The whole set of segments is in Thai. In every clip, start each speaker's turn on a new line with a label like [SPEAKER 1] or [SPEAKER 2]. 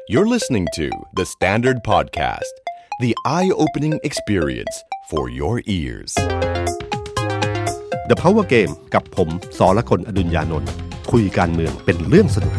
[SPEAKER 1] You're listening to The Standard Podcast, the eye-opening experience for your ears.
[SPEAKER 2] The Power Game กับผมสรกล อดุลยานนท์คุยการเมืองเป็นเรื่องสนุก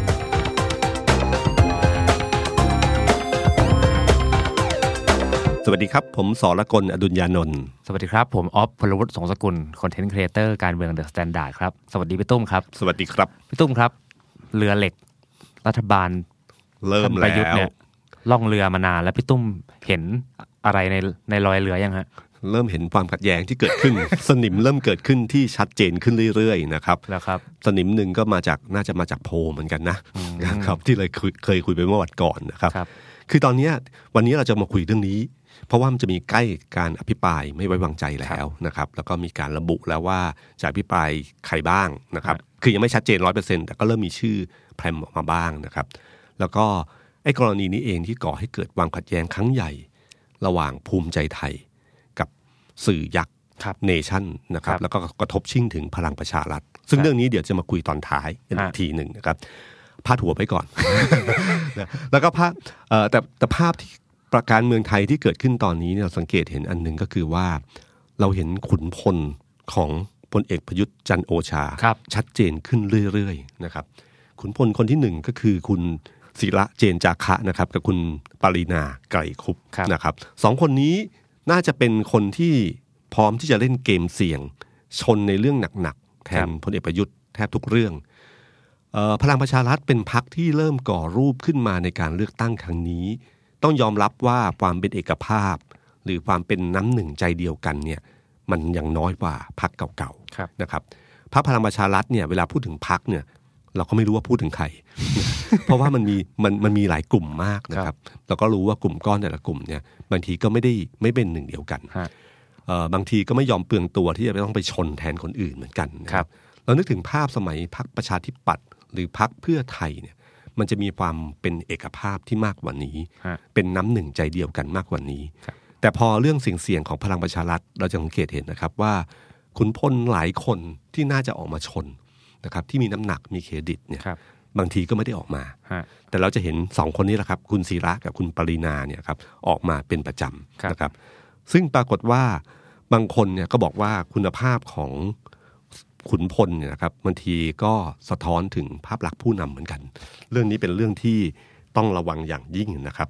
[SPEAKER 2] สวัสดีครับผมสรกล อดุลยานนท์
[SPEAKER 3] สวัสดีครับผมออฟพลวุฒิสงสกุลคอนเทนต์ครีเอเตอร์การเมือง The Standard ครับสวัสดีพี่ตุ้มครับ
[SPEAKER 2] สวัสดีครับ
[SPEAKER 3] พี่ตุ้มครับเรือเหล็กรัฐบาล
[SPEAKER 2] เริ่มแล้ว
[SPEAKER 3] ล่องเรือมานานแล้วพี่ตุ้มเห็นอะไรในรอยเรือยังฮะ
[SPEAKER 2] เริ่มเห็นความขัดแย้งที่เกิดขึ้น สนิมเริ่มเกิดขึ้นที่ชัดเจนขึ้นเรื่อยๆนะครับ
[SPEAKER 3] แล้วครับ
[SPEAKER 2] สนิมนึงก็น่าจะมาจากโพลเหมือนกันนะครับที่เลยเคยคุยไปเมื่อวันก่อนนะครับคือตอนนี้วันนี้เราจะมาคุยเรื่องนี้เพราะว่ามันจะมีใกล้การอภิปรายไม่ไว้วางใจแล้วนะครับแล้วก็มีการระบุแล้วว่าจะอภิปรายใครบ้างนะครับคือยังไม่ชัดเจน 100% แต่ก็เริ่มมีชื่อแพร่มออกมาบ้างนะครับแล้วก็ไอ้กรณีนี้เองที่ก่อให้เกิดความขัดแย้งครั้งใหญ่ระหว่างภูมิใจไทยกับสื่อยักษ์เนชั่นนะครับแล้วก็กระทบชิ่งถึงพลังประชารัฐซึ่งเรื่องนี้เดี๋ยวจะมาคุยตอนท้ายอีกทีหนึ่งนะครับพาดหัวไปก่อน แล้วก็แต่ภาพที่ประการเมืองไทยที่เกิดขึ้นตอนนี้เนี่ยเราสังเกตเห็นอันหนึ่งก็คือว่าเราเห็นขุนพลของพลเอกประยุทธ์จันทร์โอชาชัดเจนขึ้นเรื่อยๆนะครับขุนพลคนที่หนึ่งก็คือคุณศิระเจนจาคะนะครับกับคุณปรินาไกรคุปนะครับสองคนนี้น่าจะเป็นคนที่พร้อมที่จะเล่นเกมเสี่ยงชนในเรื่องหนักๆแทนพลเอกประยุทธ์แทบทุกเรื่องพลังประชารัฐเป็นพรรคที่เริ่มก่อรูปขึ้นมาในการเลือกตั้งครั้งนี้ต้องยอมรับว่าความเป็นเอกภาพหรือความเป็นน้ำหนึ่งใจเดียวกันเนี่ยมันยังน้อยกว่าพรรคเก่าๆนะครับพรรคพลังประชารัฐเนี่ยเวลาพูดถึงพรรคเนี่ยเราก็ไม่รู้ว่าพูดถึงใคร เพราะว่ามันมีหลายกลุ่มมากนะครับเราก็รู้ว่ากลุ่มก้อนแต่ละกลุ่มเนี่ยบางทีก็ไม่เป็นหนึ่งเดียวกันบางทีก็ไม่ยอมเปลืองตัวที่จะต้องไปชนแทนคนอื่นเหมือนกันนะครับเรานึกถึงภาพสมัยพรรคประชาธิปัตย์หรือพรรคเพื่อไทยเนี่ยมันจะมีความเป็นเอกภาพที่มากกว่านี้เป็นน้ำหนึ่งใจเดียวกันมากกว่านี้แต่พอเรื่องเสี่ยงของพลังประชารัฐเราจะสังเกตเห็นนะครับว่าขุนพลหลายคนที่น่าจะออกมาชนนะครับที่มีน้ำหนักมีเครดิตเนี่ยบางทีก็ไม่ได้ออกมาแต่เราจะเห็นสองคนนี้แหละครับคุณศิระกับคุณปรินาเนี่ยครับออกมาเป็นประจำนะครับซึ่งปรากฏว่าบางคนเนี่ยก็บอกว่าคุณภาพของขุนพลเนี่ยนะครับบางทีก็สะท้อนถึงภาพลักษณ์ผู้นำเหมือนกันเรื่องนี้เป็นเรื่องที่ต้องระวังอย่างยิ่งนะครับ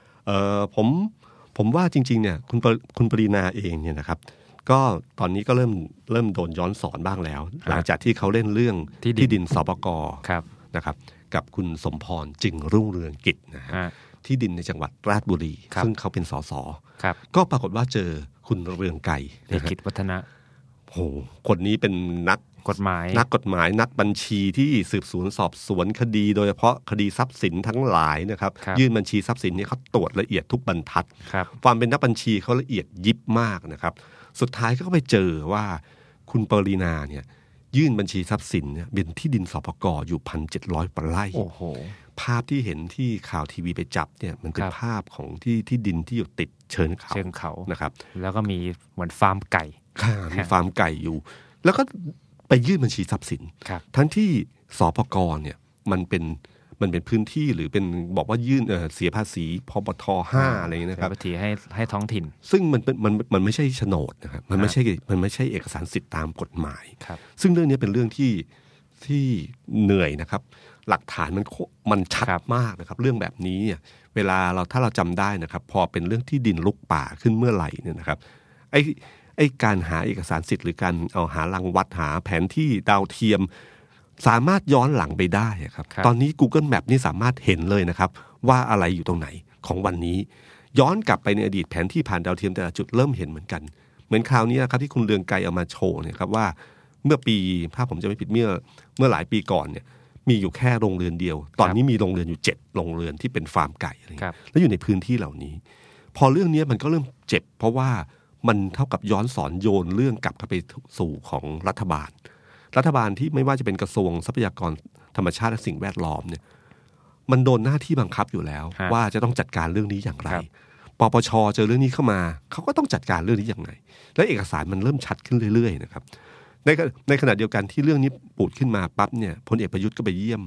[SPEAKER 2] ผมว่าจริงๆเนี่ยคุณปรินาเองเนี่ยนะครับก็ตอนนี้ก็เริ่มโดนย้อนสอนบ้างแล้วหลังจากที่เขาเล่นเรื่องที่ดินสปก.นะครับกับคุณสมพรจึงรุ่งเรืองกิจนะฮะที่ดินในจังหวัดราชบุรีซึ่งเขาเป็นสสก็ปรากฏว่าเจอคุณเรืองไกร
[SPEAKER 3] กิจวัฒนะ
[SPEAKER 2] โหคนนี้เป็นนักกฎหมายนักบัญชีที่สืบสวนสอบสวนคดีโดยเฉพาะคดีทรัพย์สินทั้งหลายนะครับยื่นบัญชีทรัพย์สินนี่เขาตรวจละเอียดทุกบรรทัดความเป็นนักบัญชีเขาละเอียดยิบมากนะครับสุดท้ายก็ไปเจอว่าคุณปรินาเนี่ยยื่นบัญชีทรัพย์สินเนี่ยเป็นที่ดินสปก.อยู่ 1,700 กว่าไร่ภาพที่เห็นที่ข่าวทีวีไปจับเนี่ยมันเป็นภาพของที่ดินที่อยู่ติดเชิงเขานะครับ
[SPEAKER 3] แล้วก็มีเหมือนฟาร์มไก่
[SPEAKER 2] มีฟาร์มไก่อยู่แล้วก็ไปยื่นบัญชีทรัพย์สินทั้งที่สปก.เนี่ยมันเป็นพื้นที่หรือเป็นบอกว่ายื่นเสียภาษีพปท.5อะไรนะครับ
[SPEAKER 3] ภาษีให้ท้องถิ่น
[SPEAKER 2] ซึ่งมันไม่ใช่โฉนดนะครับมันไม่ใช่เอกสารสิทธิ์ตามกฎหมายซึ่งเรื่องนี้เป็นเรื่องที่เหนื่อยนะครับหลักฐานมันชัดมากนะครับเรื่องแบบนี้เนี่ยเวลาถ้าเราจำได้นะครับพอเป็นเรื่องที่ดินลุกป่าขึ้นเมื่อไหร่เนี่ยนะครับไอ้การหาเอกสารสิทธิ์หรือการเอาหารังวัดหาแผนที่ดาวเทียมสามารถย้อนหลังไปได้ครับตอนนี้ Google Map นี่สามารถเห็นเลยนะครับว่าอะไรอยู่ตรงไหนของวันนี้ย้อนกลับไปในอดีตแผนที่ผ่านดาวเทียมแต่ละจุดเริ่มเห็นเหมือนกันเหมือนคราวนี้นะครับที่คุณเรืองไกรเอามาโชว์เนี่ยครับว่าเมื่อปีถ้าผมจะไม่ผิดเมื่อหลายปีก่อนเนี่ยมีอยู่แค่โรงเรือนเดียวตอนนี้มีโรงเรือนอยู่7โรงเรือนที่เป็นฟาร์มไก่อะไรแล้วอยู่ในพื้นที่เหล่านี้พอเรื่องนี้มันก็เริ่มเจ็บเพราะว่ามันเท่ากับย้อนสอนโยนเรื่องกลับเข้าไปสู่ของรัฐบาลที่ไม่ว่าจะเป็นกระทรวงทรัพยากรธรรมชาติและสิ่งแวดล้อมเนี่ยมันโดนหน้าที่บังคับอยู่แล้วว่าจะต้องจัดการเรื่องนี้อย่างไรปปช.เจอเรื่องนี้เข้ามาเขาก็ต้องจัดการเรื่องนี้อย่างไรและเอกสารมันเริ่มชัดขึ้นเรื่อยๆนะครับในขณะเดียวกันที่เรื่องนี้ปูดขึ้นมาปั๊บเนี่ยพลเอกประยุทธ์ก็ไปเยี่ยม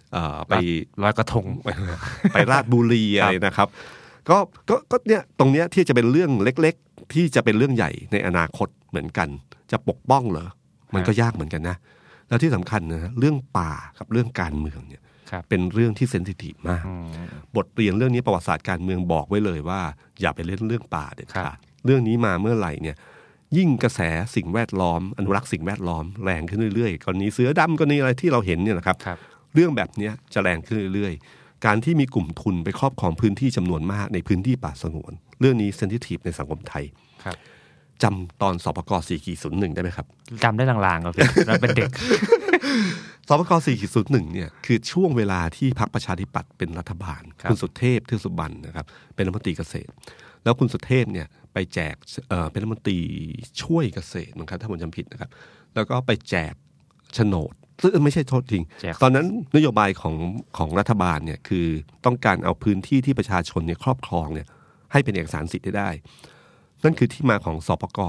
[SPEAKER 2] ไป
[SPEAKER 3] ลอยกระทง
[SPEAKER 2] ไปราชบุรีอะไรนะครับก็เนี่ยตรงเนี้ยที่จะเป็นเรื่องเล็กๆที่จะเป็นเรื่องใหญ่ในอนาคตเหมือนกันจะปกป้องเหรอมันก็ยากเหมือนกันนะแล้วที่สำคัญนะเรื่องป่ากับเรื่องการเมืองเนี่ยเป็นเรื่องที่เซนซิทีฟมากบทเรียนเรื่องนี้ประวัติศาสตร์การเมืองบอกไว้เลยว่าอย่าไปเล่นเรื่องป่าเด็ดขาดเรื่องนี้มาเมื่อไหร่เนี่ยยิ่งกระแสสิ่งแวดล้อมอนุรักษ์สิ่งแวดล้อมแรงขึ้นเรื่อยๆกรณีเสือดำกรณีอะไรที่เราเห็นเนี่ยนะครับเรื่องแบบนี้จะแรงขึ้นเรื่อยๆการที่มีกลุ่มทุนไปครอบครองพื้นที่จำนวนมากในพื้นที่ป่าสงวนเรื่องนี้เซนซิทีฟในสังคมไทยจำตอนสปก.4.01ได้ไหมครับ
[SPEAKER 3] จำได้ลางๆครับเราเป็นเด็ก
[SPEAKER 2] สปก.4.01เนี่ยคือช่วงเวลาที่พรรคประชาธิปัตย์เป็นรัฐบาลคุณสุเทพเทือกสุบรรณนะครับเป็นรัฐมนตรีเกษตรแล้วคุณสุเทพเนี่ยไปแจกเป็นรัฐมนตรีช่วยเกษตรนะครับถ้าผมจำผิดนะครับแล้วก็ไปแจกโฉนดซึ่งไม่ใช่โทษจริงตอนนั้นนโยบายของรัฐบาลเนี่ยคือต้องการเอาพื้นที่ที่ประชาชนเนี่ยครอบครองเนี่ยให้เป็นเอกสารสิทธิ์ได้นั่นคือที่มาของสปก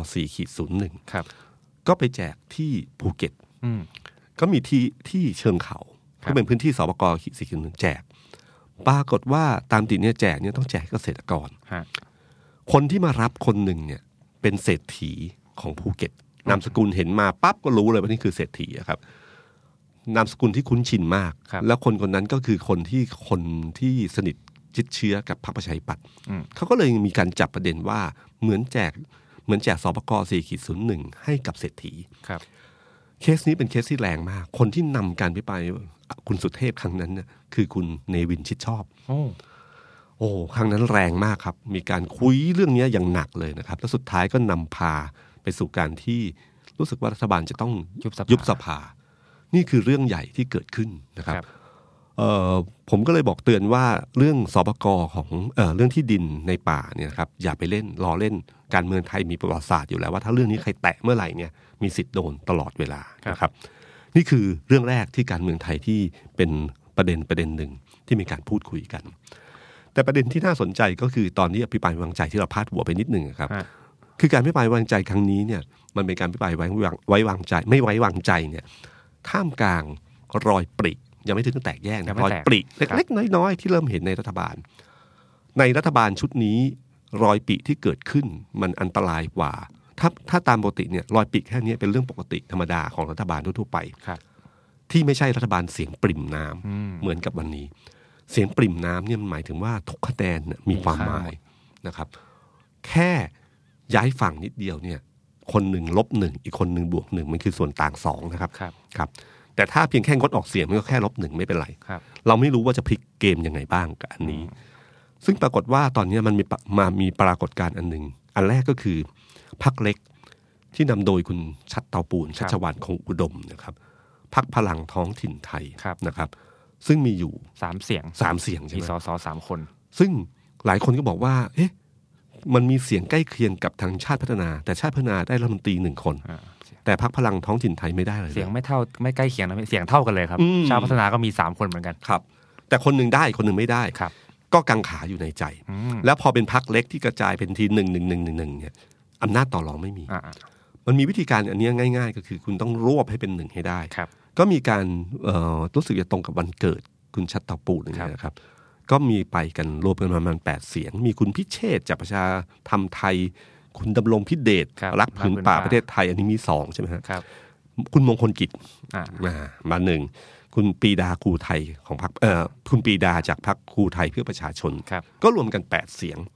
[SPEAKER 2] .4.01
[SPEAKER 3] ครับ
[SPEAKER 2] ก็ไปแจกที่ภูเก็ตก็มีที่เชิงเขาก็เป็นพื้นที่สปก.4.01 แจกปรากฏว่าตามติดเนี่ยแจกเนี่ยต้องแจกเกษตรกรคนที่มารับคนหนึ่งเนี่ยเป็นเศรษฐีของภูเก็ตนามสกุลเห็นมาปั๊บก็รู้เลยว่านี่คือเศรษฐีครับนามสกุลที่คุ้นชินมากแล้วคนนั้นก็คือคนที่สนิทชิดเชื้อกับพรรคประชาธิปัตย์เขาก็เลยมีการจับประเด็นว่าเหมือนแจกสปก.4.01 ให้กับเศรษฐีเคสนี้เป็นเคสที่แรงมากคนที่นำการพิปรายคุณสุเทพครั้งนั้นเนี่ยคือคุณเนวินชิดชอบโอ้ครั้งนั้นแรงมากครับมีการคุยเรื่องนี้อย่างหนักเลยนะครับแล้วสุดท้ายก็นำพาไปสู่การที่รู้สึกว่ารัฐบาลจะต้องยุบสภานี่คือเรื่องใหญ่ที่เกิดขึ้นนะครับผมก็เลยบอกเตือนว่าเรื่องสปก.ของเรื่องที่ดินในป่าเนี่ยครับอย่าไปเล่นล้อเล่นการเมืองไทยมีประวัติศาสตร์อยู่แล้วว่าถ้าเรื่องนี้ใครแตะเมื่อไหร่เนี่ยมีสิทธิ์โดนตลอดเวลานะครับนี่คือเรื่องแรกที่การเมืองไทยที่เป็นประเด็นหนึ่งที่มีการพูดคุยกันแต่ประเด็นที่น่าสนใจก็คือตอนนี้อภิปรายไม่ไว้วางใจที่เราพาดหัวไปนิดนึงครับคือการอภิปรายไม่ไว้วางใจครั้งนี้เนี่ยมันเป็นการอภิปรายไว้วางใจไม่ไว้วางใจเนี่ยท่ามกลางรอยปริยังไม่ถึงแตกแยกนะรอยปริเล็กๆน้อยๆที่เริ่มเห็นในรัฐบาลชุดนี้รอยปริที่เกิดขึ้นมันอันตรายกว่าถ้าตามปกติเนี่ยรอยปริแค่นี้เป็นเรื่องปกติธรรมดาของรัฐบาลทั่วไปที่ไม่ใช่รัฐบาลเสียงปริ่มน้ำเหมือนกับวันนี้เสียงปริ่มน้ำเนี่ยมันหมายถึงว่าทุกคะแนนมีความหมายนะครับแค่ย้ายฝั่งนิดเดียวเนี่ยคนหนึ่ง-1อีกคนหนึ่ง+1มันคือส่วนต่าง2นะครับครับแต่ถ้าเพียงแค่งดออกเสียงมันก็แค่-1ไม่เป็นไรเราไม่รู้ว่าจะพลิกเกมยังไงบ้างกับอันนี้ซึ่งปรากฏว่าตอนนี้มันมีปรากฏการณ์อันหนึ่งอันแรกก็คือพรรคเล็กที่นำโดยคุณชัดเตาปูนชัชวาลคงอุดมนะครับพรรคพลังท้องถิ่นไทยนะครับซึ่งมีอยู่
[SPEAKER 3] 3เสียง
[SPEAKER 2] ใช่ไหม
[SPEAKER 3] มีสส3คน
[SPEAKER 2] ซึ่งหลายคนก็บอกว่าเอ๊ะมันมีเสียงใกล้เคียงกับทางชาติพัฒนาแต่ชาติพัฒนาได้รัฐมนตรี1คนแต่พรรคพลังท้องถิ่นไทยไม่ได้เลย
[SPEAKER 3] เสียงไม่ใกล้เคียงนะเสียงเท่ากันเลยครับชาติพัฒนาก็มี3คนเหมือนกัน
[SPEAKER 2] ครับแต่คนนึงได้คนนึงไม่ได้ก็กังขาอยู่ในใจแล้วพอเป็นพรรคเล็กที่กระจายเป็นที1เนี่ยอำนาจต่อรองไม่มีมันมีวิธีการอันนี้ง่ายๆก็คือคุณต้องรวบให้เป็น1ให้ได้ก็มีการรู้สึกจะตรงกับวันเกิดคุณชัดเตาปูนนะครับก็มีไปกันรวมกันประมาณ8เสียงมีคุณพิเชษฐ์จากประชาธรรมไทยคุณดำรงพิเดชรักผืนป่าประเทศไทยอันนี้มี2ใช่ไหมครับคุณมงคลกิจมา1คุณปีดาครูไทยของพรรคคุณปีดาจากพรรคครูไทยเพื่อประชาชนก็รวมกัน8เสียง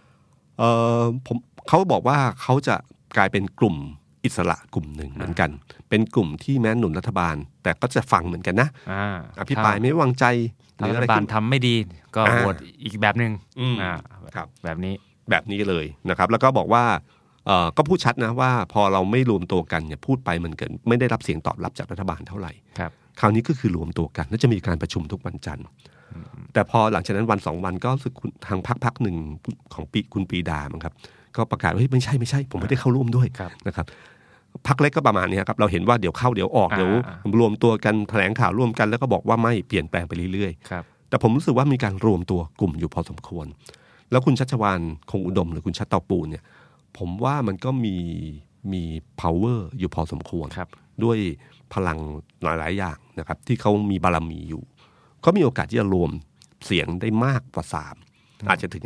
[SPEAKER 2] เขาบอกว่าเขาจะกลายเป็นกลุ่มอิสระกลุ่มหนึ่งเหมือนกันเป็นกลุ่มที่แม้หนุนรัฐบาลแต่ก็จะฟังเหมือนกันนะอภิปรายไม่วางใจ
[SPEAKER 3] รัฐบาลทำไม่ดีก็โหวตอีกแบบนึงแบบ
[SPEAKER 2] นี้เลยนะครับแล้วก็บอกว่าก็พูดชัดนะว่าพอเราไม่รวมตัวกันเนี่ยพูดไปมันเกิดไม่ได้รับเสียงตอบรับจากรัฐบาลเท่าไหร่คราวนี้ก็คือรวมตัวกันแล้วจะมีการประชุมทุกวันจันทร์แต่พอหลังจากนั้นวัน2วันก็ทางพรรคหนึ่งของคุณปีดามั้งครับก็ประกาศว่าไม่ใช่ผมไม่ได้เข้าร่วมด้วยนะครับพรรคเล็กก็ประมาณนี้ครับเราเห็นว่าเดี๋ยวเข้าเดี๋ยวออกเดี๋ยวรวมตัวกันแถลงข่าวร่วมกันแล้วก็บอกว่าไม่เปลี่ยนแปลงไปเรื่อยๆแต่ผมรู้สึกว่ามีการรวมตัวกลุ่มอยู่พอสมควรแล้วคุณชัชวาลคงอุดมหรือคุณชัดเตาปูนเนี่ยผมว่ามันก็มี power อยู่พอสมควรด้วยพลังหลายๆอย่างนะครับที่เขามีบารมีอยู่ก็มีโอกาสที่จะรวมเสียงได้มากกว่า3อาจจะถึง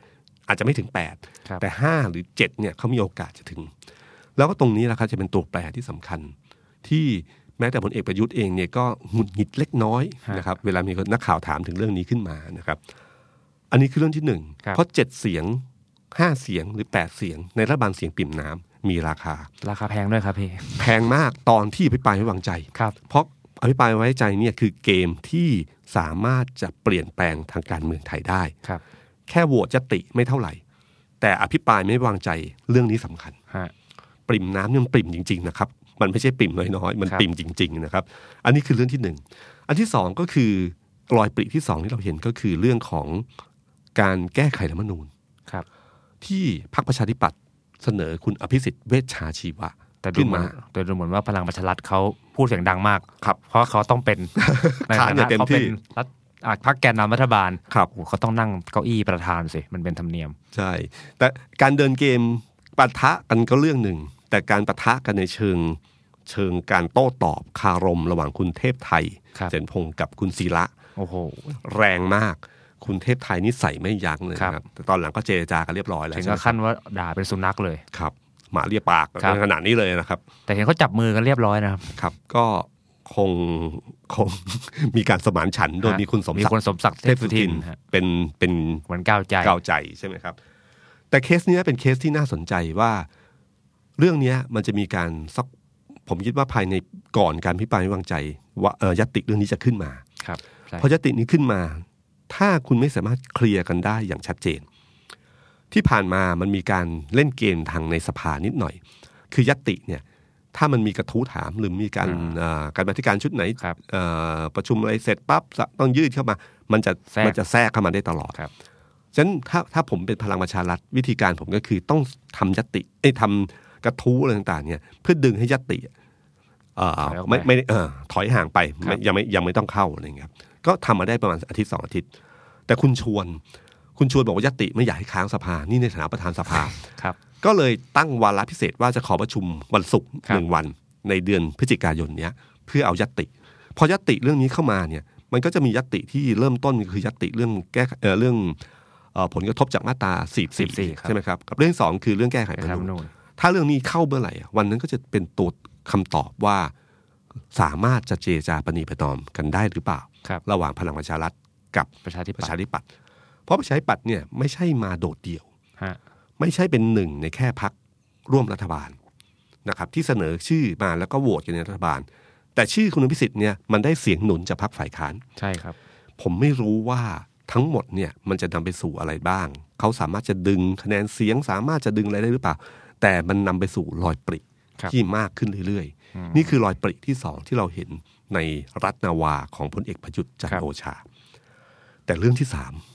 [SPEAKER 2] 5อาจจะไม่ถึง8แต่5หรือ7เนี่ยเขามีโอกาสจะถึงแล้วก็ตรงนี้แหละครับจะเป็นตัวแปรที่สำคัญที่แม้แต่พลเอกประยุทธ์เองเนี่ยก็หงุดหงิดเล็กน้อยนะครับเวลามีนักข่าวถามถึงเรื่องนี้ขึ้นมานะครับอันนี้คือเรื่องที่1เพราะ7เสียง5เสียงหรือ8เสียงในรัฐบาลเสียงปริ่มน้ำมีราคา
[SPEAKER 3] แพงด้วยครับพี่
[SPEAKER 2] แพงมากตอนที่อภิปรายไม่วางใจเพราะอภิปรายไว้ใจเนี่ยคือเกมที่สามารถจะเปลี่ยนแปลงทางการเมืองไทยได้แค่โหวตญัตติไม่เท่าไหร่แต่อภิปรายไม่วางใจเรื่องนี้สำคัญปริ่มน้ำเนี่ยมันปริ่มจริงๆนะครับมันไม่ใช่ปริ่มน้อยๆมันปริ่มจริงๆนะครับอันนี้คือเรื่องที่1อันที่2ก็คือรอยปริที่2ที่เราเห็นก็คือเรื่องของการแก้ไขรัฐธรรมนูญที่พรรคประชาธิปัตย์เสนอคุณอภิสิทธิ์เวชชาชีวะ
[SPEAKER 3] แต่ดูเหมือนว่าพลังประชารัฐเขาพูดเสียงดังมากเพราะเขาต้องเป็นในฐานะเขาเป็นพรรคแกนนำรัฐบาลเขาต้องนั่งเก้าอี้ประธานสิมันเป็นธรรมเนียม
[SPEAKER 2] ใช่แต่การเดินเกมปะทะกันก็เรื่องหนึ่งแต่การปะทะกันในเชิงการโต้ตอบคารมระหว่างคุณเทพไทยเสนพงศ์กับคุณศิระ
[SPEAKER 3] โอ้โห
[SPEAKER 2] แรงมากคุณเทพไทยนี่ใส่ไม่ยั้งเลยครับแต่ตอนหลังก็เจรจากันเรียบร้อยแล้ว
[SPEAKER 3] ถึงกับขั้นว่าด่าเป็นสุนัขเลย
[SPEAKER 2] ครับหมาเลียปากขนาดนี้เลยนะครับ
[SPEAKER 3] แต่เห็นเขาจับมือกันเรียบร้อย
[SPEAKER 2] นะครับก็คงมีการสมานฉันท์โดยมีคุณสมศักดิ์เทพสุทินเป็น
[SPEAKER 3] เหมือนก้าว
[SPEAKER 2] ใจใช่ไหมครับแต่เคสนี้เป็นเคสที่น่าสนใจว่าเรื่องนี้มันจะมีการผมคิดว่าภายในก่อนการพิพากษาไม่วางใจว่าญัตติเรื่องนี้จะขึ้นมาพอญัตตินี้ขึ้นมาถ้าคุณไม่สามารถเคลียร์กันได้อย่างชัดเจนที่ผ่านมามันมีการเล่นเกมทางในสภานิดหน่อยคือญัตติเนี่ยถ้ามันมีกระทู้ถามหรือมีการบรรณาธิการชุดไหนประชุมอะไรเสร็จปั๊บต้องยืดเข้ามามันจะแทรกเข้ามาได้ตลอดฉะนั้นถ้าผมเป็นพลังประชารัฐวิธีการผมก็คือต้องทำญัตติทำกระทู้อะไรต่างๆเนี่ยเพื่อดึงให้ญัตติไม่ถอยห่างไปยังไม่ต้องเข้าอะไรเงี้ยก็ทำมาได้ประมาณอาทิตย์2อาทิตย์แต่คุณชวนบอกว่าญัตติไม่อยากให้ค้างสภานี่ในฐานะประธานสภาก็เลยตั้งวาระพิเศษว่าจะขอประชุมวันศุกร์1วันในเดือนพฤศจิกายนเนี้ยเพื่อเอาญัตติพอญัตติเรื่องนี้เข้ามาเนี่ยมันก็จะมีญัตติที่เริ่มต้นคือญัตติเรื่องแก้เรื่องผลกระทบจากมาตรา44ใช่ไหมครับกับเรื่อง2คือเรื่องแก้ไขรัฐธรรมนูญถ้าเรื่องนี้เข้าเมื่อไหร่วันนั้นก็จะเป็นตัวคำตอบว่าสามารถจะเจรจาประนีประนอมกันได้หรือเปล่าระหว่างพลังประชารัฐกับประชาธิปัตย์เพราะประชาธิปัตย์เนี่ยไม่ใช่มาโดดเดี่ยวไม่ใช่เป็นหนึ่งในแค่พรรคร่วมรัฐบาลนะครับที่เสนอชื่อมาแล้วก็โหวตกันในรัฐบาลแต่ชื่อคุณอภิสิทธิ์เนี่ยมันได้เสียงหนุนจากพรรคฝ่ายค้าน
[SPEAKER 3] ใช่ครับ
[SPEAKER 2] ผมไม่รู้ว่าทั้งหมดเนี่ยมันจะนำไปสู่อะไรบ้างเขาสามารถจะดึงคะแนนเสียงสามารถจะดึงอะไรได้หรือเปล่าแต่มันนำไปสู่รอยปริที่มากขึ้นเรื่อยๆนี่คือรอยปริที่2ที่เราเห็นในรัฐนาวาของพลเอกประยุทธ์จันทร์โอชาแต่เรื่องที่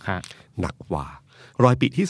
[SPEAKER 2] 3หนักกว่ารอยปริที่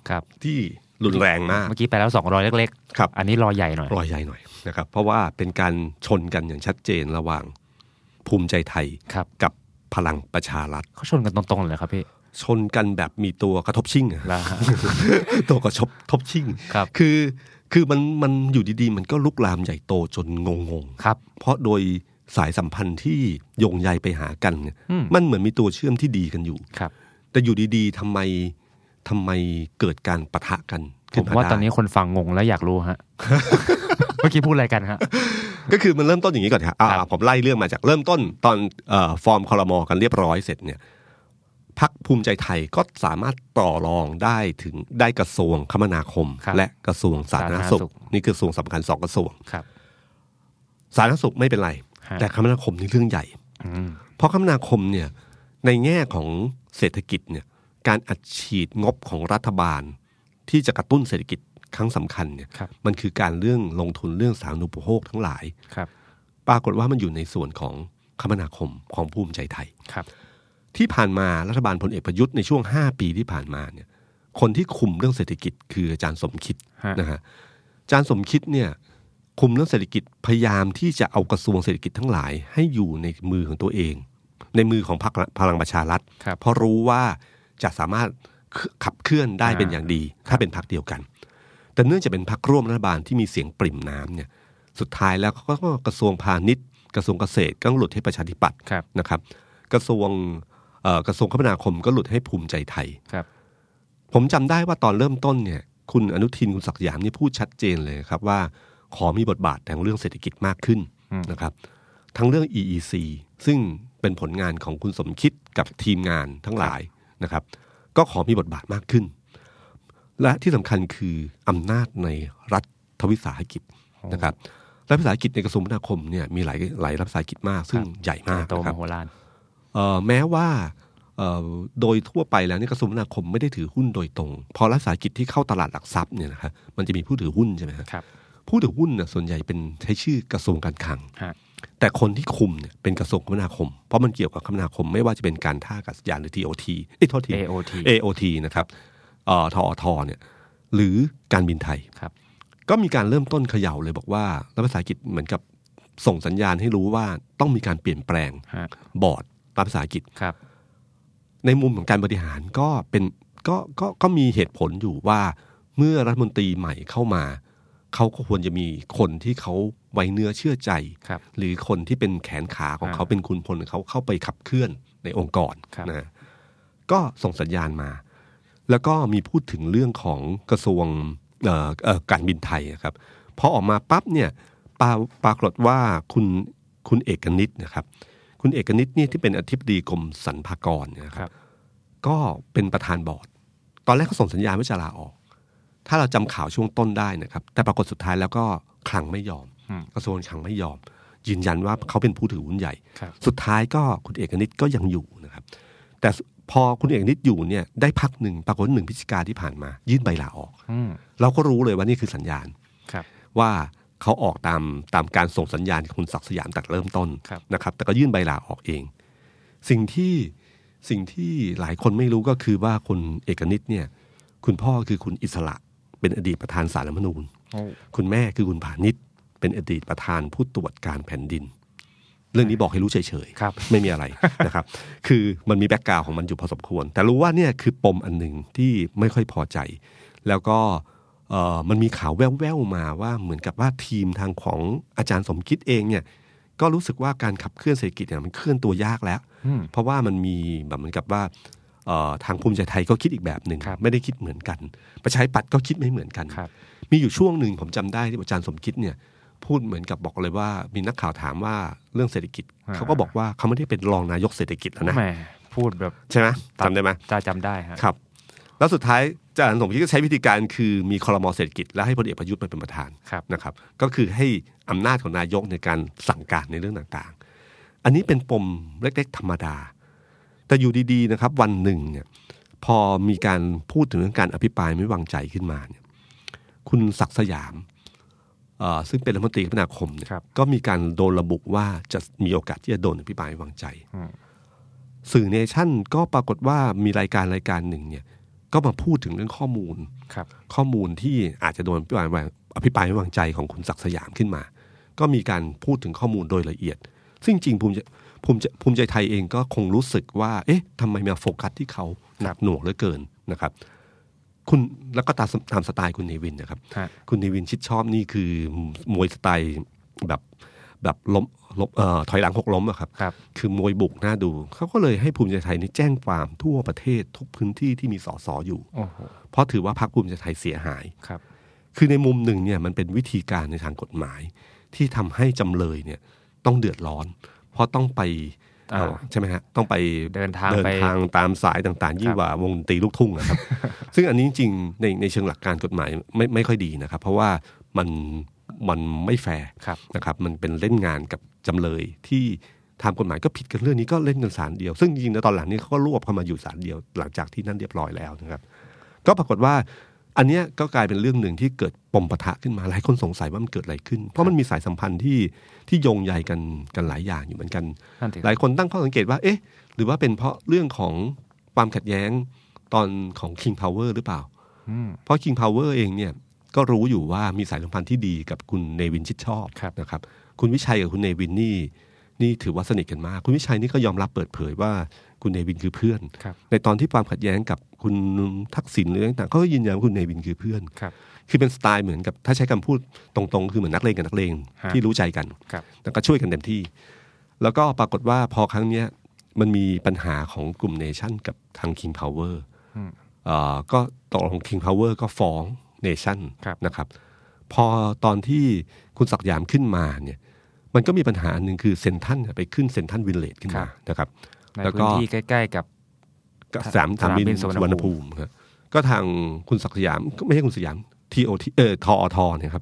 [SPEAKER 2] 3ที่รุนแรงมาก
[SPEAKER 3] เมื่อกี้ไปแล้ว2รอยเล็กๆครับอันนี้รอยใหญ่หน่อย
[SPEAKER 2] นะครับเพราะว่าเป็นการชนกันอย่างชัดเจนระหว่างภูมิใจไทยกับพลังประชารัฐ
[SPEAKER 3] เขาชนกันตรงๆเลยครับพี่
[SPEAKER 2] ชนกันแบบมีตัวกระทบชิ่งตัวกระทบชิ่งคือมันอยู่ดีๆมันก็ลุกลามใหญ่โตจนงง
[SPEAKER 3] ครับ
[SPEAKER 2] เพราะโดยสายสัมพันธ์ที่โยงใยไปหากันมันเหมือนมีตัวเชื่อมที่ดีกันอยู่แต่อยู่ดีๆทำไมเกิดการปะทะกัน
[SPEAKER 3] ผมว่าตอนนี้คนฟังงงแล้วอยากรู้ฮะ เมื่อกี้พูดอะไรกันฮะ
[SPEAKER 2] ก็คือมันเริ่มต้นอย่างนี้ก่อนครับผมไล่เรื่องมาจากเริ่มต้นตอนฟอร์มครม.กันเรียบร้อยเสร็จเนี่ยพรรคภูมิใจไทยก็สามารถต่อรองได้กระทรวงคมนาคมและกระทรวงสาธารณสุขนี่คือกระทรวงสำคัญ2กระทรวงสาธารณสุขไม่เป็นไรแต่คมนาคมนี่เรื่องใหญ่เพราะคมนาคมเนี่ยในแง่ของเศรษฐกิจเนี่ยการอัดฉีดงบของรัฐบาลที่จะกระตุ้นเศรษฐกิจครั้งสำคัญเนี่ยมันคือการเรื่องลงทุนเรื่องสาธารณูปโภคทั้งหลายปรากฏว่ามันอยู่ในส่วนของคมนาคมของภูมิใจไทยที่ผ่านมารัฐบาลพลเอกประยุทธ์ในช่วง5ปีที่ผ่านมาเนี่ยคนที่คุมเรื่องเศรษฐกิจคืออาจารย์สมคิดนะฮะอาจารย์สมคิดเนี่ยคุมเรื่องเศรษฐกิจพยายามที่จะเอากระทรวงเศรษฐกิจทั้งหลายให้อยู่ในมือของตัวเองในมือของพรรคพลังประชารัฐเพราะรู้ว่าจะสามารถขับเคลื่อนได้เป็นอย่างดีถ้าเป็นพรรคเดียวกันแต่เนื่องจากเป็นพรรคร่วมรัฐบาลที่มีเสียงปริ่มน้ำเนี่ยสุดท้ายแล้วก็กระทรวงพาณิชย์กระทรวงเกษตรก็หลุดให้ประชาธิปัตย์นะครับกระทรวงคมนาคมก็หลุดให้ภูมิใจไทย
[SPEAKER 3] ครับ
[SPEAKER 2] ผมจำได้ว่าตอนเริ่มต้นเนี่ยคุณอนุทินคุณศักดิ์สยามนี่พูดชัดเจนเลยครับว่าขอมีบทบาททางเรื่องเศรษฐกิจมากขึ้นนะครับทั้งเรื่อง EEC ซึ่งเป็นผลงานของคุณสมคิดกับทีมงานทั้งหลายนะครับก็ขอมีบทบาทมากขึ้นและที่สำคัญคืออำนาจในรัฐวิสาหกิจนะครับรัฐวิสาหกิจในกระทรวงคมนาคมเนี่ยมีหลายรัฐวิสาหกิจมากซึ่งใหญ่มากนะครับแม้ว่าโดยทั่วไปแล้วเนี่ยกระทรวงคมนาคมไม่ได้ถือหุ้นโดยตรงพอรัฐวิสาหกิจที่เข้าตลาดหลักทรัพย์เนี่ยนะครับมันจะมีผู้ถือหุ้นใช่ไหมครับผู้ถือหุ้นเนี่ยส่วนใหญ่เป็นใช้ชื่อกระทรวงการคลังแต่คนที่คุมเนี่ยเป็นกระทรวงคมนาคมเพราะมันเกี่ยวกับคมนาคมไม่ว่าจะเป็นการท่าอากาศยานหรือ TOT โทษที AOT นะครับทอทเนี่ยหรือการบินไทยก็มีการเริ่มต้นเขย่าเลยบอกว่ารัฐวิสาหกิจเหมือนกับส่งสัญญาณให้รู้ว่าต้องมีการเปลี่ยนแปลงบอร์ดรัฐวิสาหกิจในมุมของการบริหารก็เป็นก็มีเหตุผลอยู่ว่าเมื่อรัฐมนตรีใหม่เข้ามาเขาก็ควรจะมีคนที่เขาไว้เนื้อเชื่อใจหรือคนที่เป็นแขนขาของเขาเป็นคุณพลเขาเข้าไปขับเคลื่อนในองค์กรนะก็ส่งสัญญาณมาแล้วก็มีพูดถึงเรื่องของกระทรวงการบินไทยครับพอออกมาปั๊บเนี่ยปรากฏว่าคุณเอกนิตนะครับคุณเอกนิตนี่ที่เป็นอธิบดีกรมสรรพากรนะครับก็เป็นประธานบอร์ดตอนแรกเขาส่งสัญญาณว่าจะลาออกถ้าเราจำข่าวช่วงต้นได้นะครับแต่ปรากฏสุดท้ายแล้วก็คลังไม่ยอมกระทรวงคลังไม่ยอมยืนยันว่าเขาเป็นผู้ถือหุ้นใหญ่สุดท้ายก็คุณเอกนิตก็ยังอยู่นะครับแต่พอคุณเอกนิตอยู่เนี่ยได้พักหนึ่งปรากฏ1 พฤศจิกายนที่ผ่านมายื่นใบลาออกเราก็รู้เลยว่านี่คือสัญญาณว่าเขาออกตามการส่งสัญญาณของคุณศักดิ์สยามแต่เริ่มต้นนะครับแต่ก็ยื่นใบลาออกเองสิ่งที่หลายคนไม่รู้ก็คือว่าคุณเอกนิตเนี่ยคุณพ่อคือคุณอิสระเป็นอดีตประธานศาลรัฐธรรมนูญคุณแม่คือคุณผานิชเป็นอดีตประธานผู้ตรวจการแผ่นดินเรื่องนี้บอกให้รู้เฉยๆไม่มีอะไรนะครับคือมันมีแบ็กกราวด์ของมันอยู่พอสมควรแต่รู้ว่าเนี่ยคือปมอันหนึ่งที่ไม่ค่อยพอใจแล้วก็มันมีข่าวแว่วๆมาว่าเหมือนกับว่าทีมทางของอาจารย์สมคิดเองเนี่ยก็รู้สึกว่าการขับเคลื่อนเศรษฐกิจเนี่ยมันเคลื่อนตัวยากแล้วเพราะว่ามันมีแบบเหมือนกับว่าทางภูมิใจไทยก็คิดอีกแบบหนึ่งไม่ได้คิดเหมือนกันประชาธิปัตย์ก็คิดไม่เหมือนกันมีอยู่ช่วงหนึ่งผมจำได้ที่อาจารย์สมคิดเนี่ยพูดเหมือนกับบอกเลยว่ามีนักข่าวถามว่าเรื่องเศรษฐกิจเขาก็บอกว่าเขาไม่ได้เป็นรองนายกเศรษฐกิจแล้วนะ
[SPEAKER 3] พูดแบบ
[SPEAKER 2] ใช่ไหมจำได้ไหม
[SPEAKER 3] จำได้
[SPEAKER 2] ครับแล้วสุดท้ายอาจารย์สมคิดก็ใช้วิธีการคือมีครม.เศรษฐกิจและให้พลเอกประยุทธ์มาเป็นประธานนะครับก็คือให้อำนาจของนายกในการสั่งการในเรื่องต่างๆอันนี้เป็นปมเล็กๆธรรมดาแต่อยู่ดีๆนะครับวันหนึ่งเนี่ยพอมีการพูดถึงเรื่องการอภิปรายไม่วางใจขึ้นมาเนี่ยคุณศักดิ์สยามซึ่งเป็นรัฐมนตรีคมนาคมเนี่ยก็มีการโดนระบุว่าจะมีโอกาสที่จะโดนอภิปรายไม่วางใจสื่อเนชั่นก็ปรากฏว่ามีรายการหนึ่งเนี่ยก็มาพูดถึงเรื่องข้อมูลที่อาจจะโดนอภิปรายไม่วางใจของคุณศักดิ์สยามขึ้นมาก็มีการพูดถึงข้อมูลโดยละเอียดซึ่งจริงภูมิใจไทยเองก็คงรู้สึกว่าเอ๊ะทำไมมาโฟกัสที่เขาหนักหน่วงเหลือเกินนะครับคุณแล้วก็ตามสไตล์คุณเนวินนะครับคุณเนวินชิดชอบนี่คือมวยสไตล์แบบล้มถอยหลังหกล้มอะครับคือมวยบุกน่าดูเขาก็เลยให้ภูมิใจไทยนี่แจ้งความทั่วประเทศทุกพื้นที่ที่มีสสอยู่เพราะถือว่าพรรคภูมิใจไทยเสียหายคือในมุมหนึ่งเนี่ยมันเป็นวิธีการในทางกฎหมายที่ทำให้จำเลยเนี่ยต้องเดือดร้อนเพราะต้องไปใช่ไหมฮะต้องไป
[SPEAKER 3] เดินทาง
[SPEAKER 2] ตามสายต่างๆยิ่งกว่าวงดนตรีลูกทุ่งนะครับ ซึ่งอันนี้จริงในเชิงหลักการกฎหมายไม่ค่อยดีนะครับเพราะว่ามันไม่แฟร์นะครับมันเป็นเล่นงานกับจำเลยที่ทางกฎหมายก็ผิดกันเรื่องนี้ก็เล่นกันศาลเดียวซึ่งจริงๆแล้วตอนหลังนี้เขาก็รวบเข้ามาอยู่ศาลเดียวหลังจากที่นั่นเรียบร้อยแล้วนะครับก็ปรากฏว่าอันนี้ก็กลายเป็นเรื่องหนึ่งที่เกิดปมปะทะขึ้นมาหลายคนสงสัยว่ามันเกิดอะไรขึ้นเพราะมันมีสายสัมพันธ์ที่โยงใยกันหลายอย่างอยู่เหมือนกันหลายคนตั้งข้อสังเกตว่าเอ๊ะหรือว่าเป็นเพราะเรื่องของความขัดแย้งตอนของ King Power หรือเปล่าเพราะ King Power เองเนี่ยก็รู้อยู่ว่ามีสายสัมพันธ์ที่ดีกับคุณเนวินชิดชอบนะครับคุณวิชัยกับคุณเนวินนี่ถือว่าสนิทกันมากคุณวิชัยนี่ก็ยอมรับเปิดเผยว่าคุณเนวินคือเพื่อนในตอนที่ความขัดแย้งกับคุณทักษิณหรือต่างๆเขาก็ยืนยันว่าคุณเนวินคือเพื่อนคือเป็นสไตล์เหมือนกับถ้าใช้คำพูดตรงๆคือเหมือนนักเลงกับนักเลงที่รู้ใจกันแต่ก็ช่วยกันเต็มที่แล้วก็ปรากฏว่าพอครั้งนี้มันมีปัญหาของกลุ่มเนชั่นกับทาง King Power ก็ตกลง King Power ก็ฟ้องเนชั่นนะครับพอตอนที่คุณศักดิ์ยามขึ้นมาเนี่ยมันก็มีปัญหาอันนึงคือเซ็นทรัลไปขึ้นเซ็นทรัลวิลเลจขึ้นมานะครับ
[SPEAKER 3] แล้วก็ที่ใกล้ๆกับ
[SPEAKER 2] สนามบินสุวรรณภูมิครับก็ทางคุณศักดิ์ยามไม่ใช่คุณศักดิ์ยามTOT ทอทเนี่ยครับ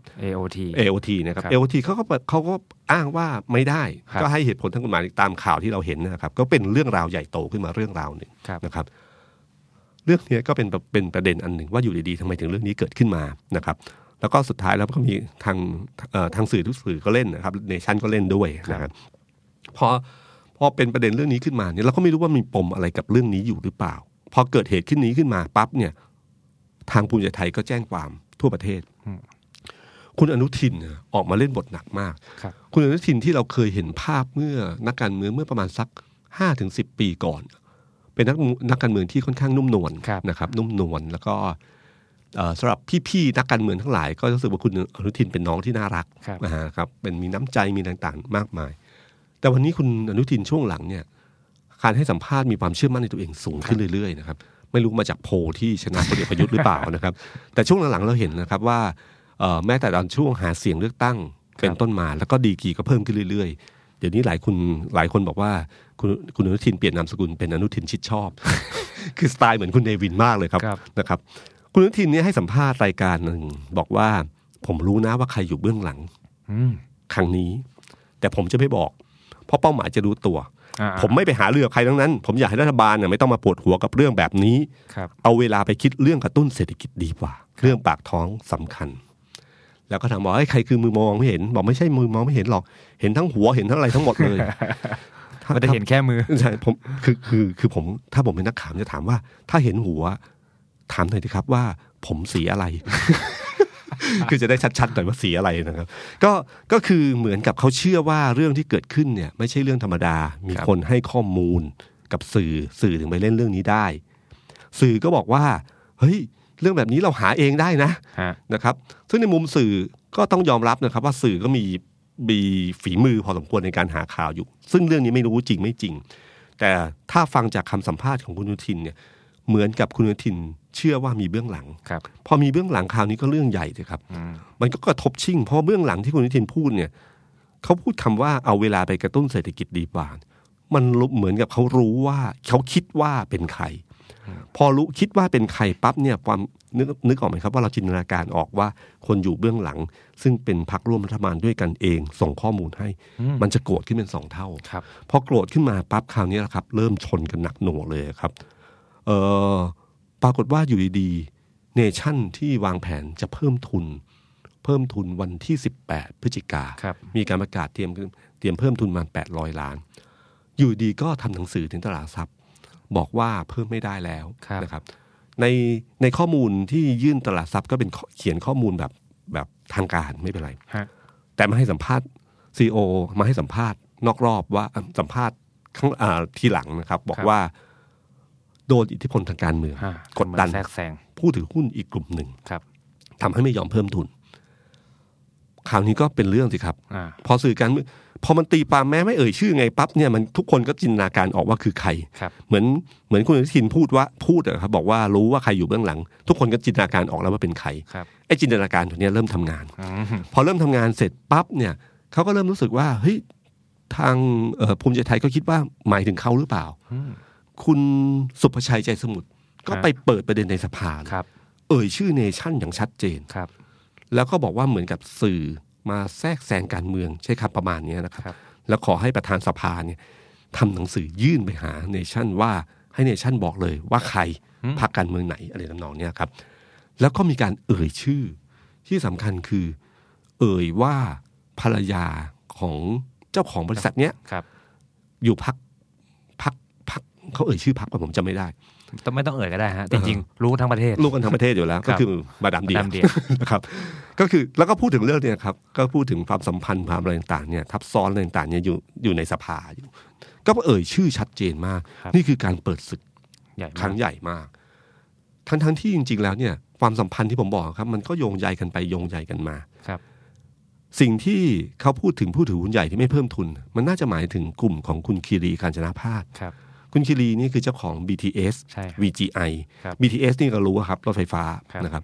[SPEAKER 2] AOT นะครับ AOT เขาก็อ้างว่าไม่ได้ก็ให้เหตุผลทางกฎหมายตามข่าวที่เราเห็นนะครับก็เป็นเรื่องราวใหญ่โตขึ้นมาเรื่องราวหนึ่งนะครับเรื่องนี้ก็เป็นประเด็นอันหนึ่งว่าอยู่ดีๆทำไมถึงเรื่องนี้เกิดขึ้นมานะครับแล้วก็สุดท้ายแล้วก็มีทางสื่อทุกสื่อก็เล่นนะครับเนชั่นก็เล่นด้วยนะครับพอเป็นประเด็นเรื่องนี้ขึ้นมาเนี่ยเราก็ไม่รู้ว่ามีปมอะไรกับเรื่องนี้อยู่หรือเปล่าพอเกิดเหตุขึ้นมาปั๊บเนี่ยทางภูมิใจไทยก็แจ้งความทั่วประเทศคุณอนุทินออกมาเล่นบทหนักมากคุณอนุทินที่เราเคยเห็นภาพเมื่อนักการเมืองเมื่อประมาณสัก 5-10 ปีก่อนเป็นนักการเมืองที่ค่อนข้างนุ่มนวลนะครับนุ่มนวลแล้วก็สำหรับพี่ๆนักการเมืองทั้งหลายก็รู้สึกว่าคุณอนุทินเป็นน้องที่น่ารักนะครับเป็นมีน้ำใจมีต่างๆมากมายแต่วันนี้คุณอนุทินช่วงหลังเนี่ยการให้สัมภาษณ์มีความเชื่อมั่นในตัวเองสูงขึ้นเรื่อยๆนะครับไม่รู้มาจากโพลที่ชนะพลเอกประยุทธ์หรือเปล่านะครับแต่ช่วงหลังๆเราเห็นนะครับว่าแม้แต่ตอนช่วงหาเสียงเลือกตั้งเป็นต้นมาแล้วก็ดีกรีก็เพิ่มขึ้นเรื่อยๆเดี๋ยวนี้หลายคนบอกว่าคุณอนุทินเปลี่ยนนามสกุลเป็นอนุทินชิดชอบ คือสไตล์เหมือนคุณเนวินมากเลยครับนะครับคุณอนุทินเนี่ยให้สัมภาษณ์รายการนึงบอกว่าผมรู้นะว่าใครอยู่เบื้องหลังครั้งนี้แต่ผมจะไม่บอกเพราะเป้าหมายจะรู้ตัวผมไม่ไปหาเรื่องใครทั้งนั้นผมอยากให้รัฐบาลเนี่ยไม่ต้องมาปวดหัวกับเรื่องแบบนี้เอาเวลาไปคิดเรื่องกระตุ้นเศรษฐกิจดีกว่าเรื่องปากท้องสำคัญแล้วก็ถามบอกใครคือมือมองไม่เห็นบอกไม่ใช่มือมองไม่เห็นหรอกเห็นทั้งหัวเห็นทั้งอะไรทั้งหมดเลย
[SPEAKER 3] ไม่ได้เห็นแค่มือ
[SPEAKER 2] ใช่ผมคือผมถ้าผมเป็นนักข่าวจะถามว่าถ้าเห็นหัวถามหน่อยสิครับว่าผมสีอะไร คือจะได้ชัดๆหน่อยว่าสีอะไรนะครับก็คือเหมือนกับเขาเชื่อว่าเรื่องที่เกิดขึ้นเนี่ยไม่ใช่เรื่องธรรมดามีคนให้ข้อมูลกับสื่อถึงไปเล่นเรื่องนี้ได้สื่อก็บอกว่าเฮ้ยเรื่องแบบนี้เราหาเองได้นะครับซึ่งในมุมสื่อก็ต้องยอมรับนะครับว่าสื่อก็มีฝีมือพอสมควรในการหาข่าวอยู่ซึ่งเรื่องนี้ไม่รู้จริงไม่จริงแต่ถ้าฟังจากคำสัมภาษณ์ของคุณอนุทินเนี่ยเหมือนกับคุณอนุทินเชื่อว่ามีเบื้องหลังพอมีเบื้องหลังคราวนี้ก็เรื่องใหญ่เลยครับมันก็กระทบชิ่งเพราะเบื้องหลังที่คุณอนุทินพูดเนี่ยเขาพูดคำว่าเอาเวลาไปกระตุ้นเศรษฐกิจดีกว่ามันเหมือนกับเขารู้ว่าเขาคิดว่าเป็นใครพอรู้คิดว่าเป็นใครปั๊บเนี่ยความนึกออกไหมครับว่าเราจินตนาการออกว่าคนอยู่เบื้องหลังซึ่งเป็นพรรคร่วมรัฐบาลด้วยกันเองส่งข้อมูลให้มันจะโกรธขึ้นเป็น2 เท่าพอโกรธขึ้นมาปั๊บคราวนี้แหละครับเริ่มชนกันหนักหน่วงเลยครับปรากฏว่าอยู่ดีๆเนชั่นที่วางแผนจะเพิ่มทุนวันที่18 พฤศจิกายนมีการประกาศเตรียมเพิ่มทุนมา800 ล้านอยู่ดีก็ทำหนังสือถึงตลาดทรัพย์บอกว่าเพิ่มไม่ได้แล้วนะครับในข้อมูลที่ยื่นตลาดทรัพย์ก็เป็นเขียนข้อมูลแบบทางการไม่เป็นไรแต่มาให้สัมภาษณ์ CEO มาให้สัมภาษณ์นอกรอบว่าสัมภาษณ์ทีหลังนะครับบอกว่าโดนอิทธิพลทางการเมืองกดดัน
[SPEAKER 3] แทรกแซง
[SPEAKER 2] ผู้ถือหุ้นอีกกลุ่มหนึ่งทำให้ไม่ยอมเพิ่มทุนคราวนี้ก็เป็นเรื่องสิครับพอสื่อการพอมันตีความแม้ไม่เอ่ยชื่อไงปั๊บเนี่ยมันทุกคนก็จินตนาการออกว่าคือใครเหมือนคุณอนุทินพูดนะครับบอกว่ารู้ว่าใครอยู่เบื้องหลังทุกคนก็จินตนาการออกแล้วว่าเป็นใครไอ้จินตนาการตัวนี้เริ่มทำงานพอเริ่มทำงานเสร็จปั๊บเนี่ยเขาก็เริ่มรู้สึกว่าเฮ้ยทางภูมิใจไทยก็คิดว่าหมายถึงเขาหรือเปล่าคุณสุภชัยใจสมุทรก็ไปเปิดประเด็นในสภาเอ่ยชื่อเนชั่นอย่างชัดเจนแล้วก็บอกว่าเหมือนกับสื่อมาแทรกแซงการเมืองใช้คำประมาณนี้นะครับแล้วขอให้ประธานสภาเนี่ยทำหนังสือยื่นไปหาเนชั่นว่าให้เนชั่นบอกเลยว่าใครพรรคการเมืองไหนอะไรทำนองนี้ครับแล้วก็มีการเอ่ยชื่อที่สำคัญคือเอ่ยว่าภรรยาของเจ้าของบริษัทเนี้ยอยู่พรรคเขาเอ่ยชื่อพรรคแต่ผมจำไม่ได้
[SPEAKER 3] ไม่ต้องเอ่ยก็ได้ฮะจริงๆรู้ทั้งประเทศ
[SPEAKER 2] รู้กันทั้งประเทศอยู่แล้วก็คือมาดามเดียนะครับก็คือแล้วก็พูดถึงเรื่องนี้ครับก็พูดถึงความสัมพันธ์ความอะไรต่างๆเนี่ยทับซ้อนอะไรต่างๆเนี่ยอยู่ในสภาอยู่ก็เอ่ยชื่อชัดเจนมากนี่คือการเปิดศึกครั้งใหญ่มากทั้งที่จริงๆแล้วเนี่ยความสัมพันธ์ที่ผมบอกครับมันก็โยงใยกันไปโยงใยกันมาสิ่งที่เขาพูดถึงผู้ถือหุ้นใหญ่ที่ไม่เพิ่มทุนมันน่าจะหมายถึงกลุ่มของคุณคีรีกาญจนาภาสคุณคีรีนี่คือเจ้าของ BTS VGI BTS นี่ก็รู้ครับรถไฟฟ้านะครับ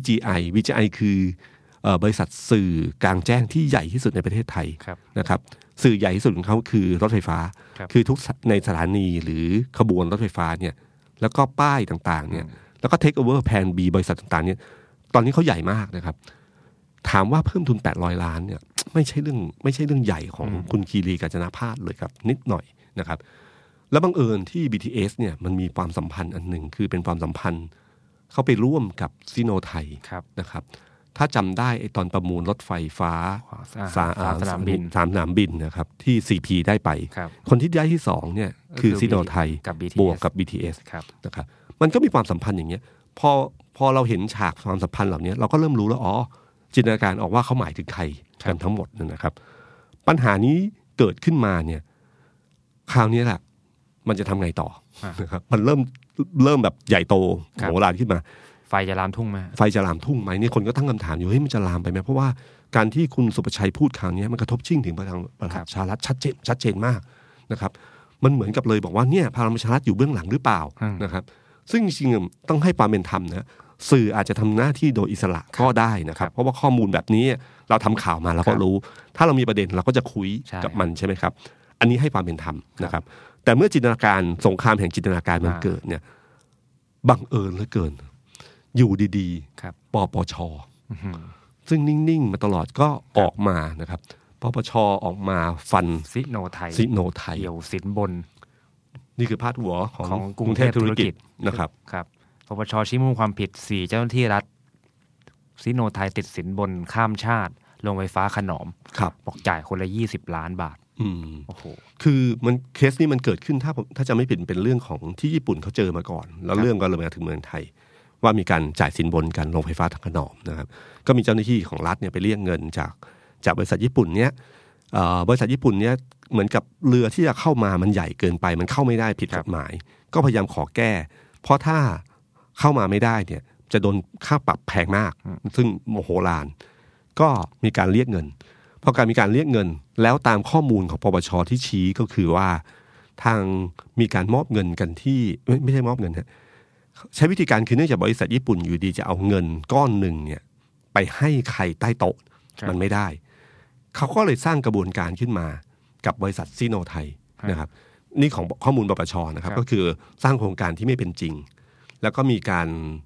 [SPEAKER 2] VGI คือบริษัทสื่อกลางแจ้งที่ใหญ่ที่สุดในประเทศไทยนะครับสื่อใหญ่ที่สุดของเขาคือรถไฟฟ้าคือทุกในสถานีหรือขบวนรถไฟฟ้าเนี่ยแล้วก็ป้ายต่างๆเนี่ยแล้วก็ Take Over Plan B บริษัทต่างๆเนี่ยตอนนี้เขาใหญ่มากนะครับถามว่าเพิ่มทุน800 ล้านเนี่ยไม่ใช่เรื่องใหญ่ของคุณคีรีกาญจนาภาสเลยครับนิดหน่อยนะครับแล้วบังเอิญที่ BTS เนี่ยมันมีความสัมพันธ์อันหนึ่งคือเป็นความสัมพันธ์เขาไปร่วมกับซิโนไทยนะครับถ้าจำได้ตอนประมูลรถไฟฟ้าสนามบินนะครับที่ CP ได้ไปคนที่ได้ที่2เนี่ยคือซิโนไทยบวกกับ BTS นะครับมันก็มีความสัมพันธ์อย่างเงี้ยพอเราเห็นฉากความสัมพันธ์เหล่านี้เราก็เริ่มรู้แล้วจินตนาการออกว่าเขาหมายถึงใครกันทั้งหมดนะครับปัญหานี้เกิดขึ้นมาเนี่ยคราวนี้แหละมันจะทำไงต่อนะครับมันเริ่มแบบใหญ่โตโหฬารขึ้นมา
[SPEAKER 3] ไฟจะลามทุ่งไหม
[SPEAKER 2] นี่คนก็ตั้งคำถามอยู่เฮ้ยมันจะลามไปไหมเพราะว่าการที่คุณสุประชัยพูดคราวนี้มันกระทบชิ่งถึงพลังประชารัฐชัดเจนมากนะครับมันเหมือนกับเลยบอกว่าเนี่ยพลังประชารัฐอยู่เบื้องหลังหรือเปล่านะครับซึ่งจริงๆต้องให้ความเป็นธรรมนะสื่ออาจจะทำหน้าที่โดยอิสระก็ได้นะครับเพราะว่าข้อมูลแบบนี้เราทำข่าวมาเราก็รู้ถ้าเรามีประเด็นเราก็จะคุยกับมันใช่ไหมครับอันนี้ให้ความเป็นธรรมนะครับแต่เมื่อจินตนาการสงครามแห่งจินตนาการมันเกิดเนี่ยบังเอิญเหลือเกินอยู่ดีๆปปช.ซึ่งนิ่งๆมาตลอดก็ออกมานะครับปปช.ออกมาฟัน
[SPEAKER 3] ซิโนไทยเกี่ยวสินบน
[SPEAKER 2] นี่คือพาดหัวของกรุงเทพธุรกิจนะครับ
[SPEAKER 3] ปปช.ชี้มูลความผิด4เจ้าหน้าที่รัฐซิโนไทยติดสินบนข้ามชาติโรงไฟฟ้าขนอมบอกจ่ายคนละ20 ล้านบาท
[SPEAKER 2] โอ้โหคือมันเคสนี้มันเกิดขึ้นถ้าจะไม่ผิดเป็นเรื่องของที่ญี่ปุ่นเขาเจอมาก่อนแล้วเรื่องก็เลยมาถึงเมืองไทยว่ามีการจ่ายสินบนกันโรงไฟฟ้าขนอมนะครับก็มีเจ้าหน้าที่ของรัฐเนี่ยไปเรียกเงินจากบริษัทญี่ปุ่นเนี้ยบริษัทญี่ปุ่นเนี้ยเหมือนกับเรือที่จะเข้ามามันใหญ่เกินไปมันเข้าไม่ได้ผิดกฎหมายก็พยายามขอแก้เพราะถ้าเข้ามาไม่ได้เนี่ยจะโดนค่าปรับแพงมากซึ่งโมโหลานก็มีการเรียกเงินพอการมีการเรียกเงินแล้วตามข้อมูลของปปช.ที่ชี้ก็คือว่าทางมีการมอบเงินกันที่ไม่ใช่มอบเงินฮะใช้วิธีการคือเนื่องจากบริษัทญี่ปุ่นอยู่ดีจะเอาเงินก้อนหนึ่งเนี่ยไปให้ใครใต้โต๊ะมันไม่ได้เขาก็เลยสร้างกระบวนการขึ้นมากับบริษัทซิโนไทยนะครับนี่ของข้อมูลปปช.นะครับก็คือสร้างโครงการที่ไม่เป็นจริงแล้วก็มีการ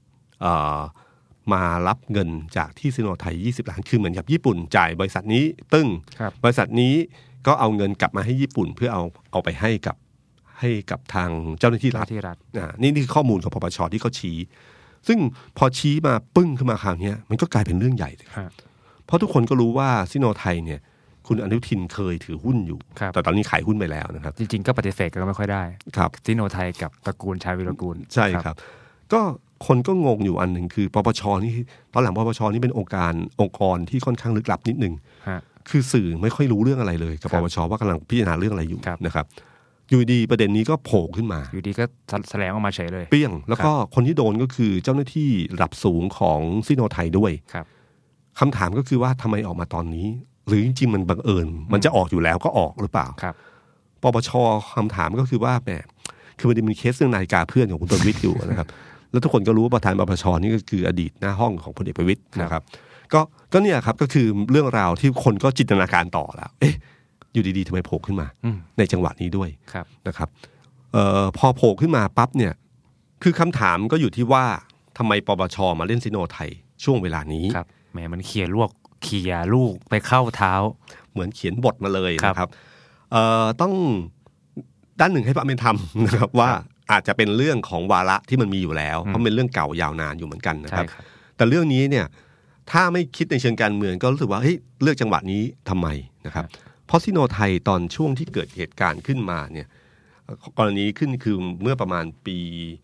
[SPEAKER 2] มารับเงินจากที่ซิโนไทย20 ล้านคือเหมือนกับญี่ปุ่นจ่ายบริษัทนี้บริษัทนี้ก็เอาเงินกลับมาให้ญี่ปุ่นเพื่อเอาไปให้กับทางเจ้าหน้าที่รัฐนี่คือข้อมูลของปปช.ที่เขาชี้ซึ่งพอชี้มาปึ้งขึ้นมาคราวนี้มันก็กลายเป็นเรื่องใหญ่เลยเพราะทุกคนก็รู้ว่าซิโนไทยเนี่ยคุณอนุทินเคยถือหุ้นอยู่แต่ตอนนี้ขายหุ้นไปแล้วนะครับ
[SPEAKER 3] จริงๆก็ปฏิเสธก็ไม่ค่อยได้
[SPEAKER 2] ครับ
[SPEAKER 3] ซิโนไทยกับตระกูลชาวิรกูล
[SPEAKER 2] ใช่ครับก็คนก็งงอยู่อันหนึ่งคือปปช.นี่ตอนหลังปปช.นี่เป็นองค์กรที่ค่อนข้างลึกลับนิดนึงคือสื่อไม่ค่อยรู้เรื่องอะไรเลยกับปปช.ว่ากำลังพิจารณาเรื่องอะไรอยู่นะครับอยู่ดีประเด็นนี้ก็โผล่ขึ้นมา
[SPEAKER 3] อยู่ดีก็แถลงออกมาเฉยเลย
[SPEAKER 2] เปี้ยงแล้วก็คนที่โดนก็คือเจ้าหน้าที่ระดับสูงของซิโนไทยด้วยคำถามก็คือว่าทำไมออกมาตอนนี้หรือจริงๆมันบังเอิญมันจะออกอยู่แล้วก็ออกหรือเปล่าปปช.คำถามก็คือว่าแหมคือมันมีเคสเรื่องนาฬิกาเพื่อนของคุณประวิตรอยู่นะครับแล้วทุกคนก็รู้ว่าประธานปปช.นี่ก็คืออดีตหน้าห้องของพลเอกประวิตรนะครับก็เนี่ยครับก็คือเรื่องราวที่คนก็จินตนาการต่อแล้วอยู่ดีๆทำไมโผล่ขึ้นมาในจังหวะนี้ด้วยนะครับพอโผล่ขึ้นมาปั๊บเนี่ยคือคำถามก็อยู่ที่ว่าทำไมปปช.มาเล่นซิโนไทยช่วงเวลานี้
[SPEAKER 3] แหมมันเขี่ยลูกไปเข้าเท้า
[SPEAKER 2] เหมือนเขียนบทมาเลยนะครับต้องด้านหนึ่งให้ความเป็นธรรมนะครับว่าอาจจะเป็นเรื่องของวาระที่มันมีอยู่แล้วเพราะเป็นเรื่องเก่ายาวนานอยู่เหมือนกันนะครับแต่เรื่องนี้เนี่ยถ้าไม่คิดในเชิงการเมืองก็รู้สึกว่าเฮ้ยเลือกจังหวะนี้ทำไมนะครับเพราะซิโนไทยตอนช่วงที่เกิดเหตุการณ์ขึ้นมาเนี่ยกรณีขึ้นคือเมื่อประมาณปี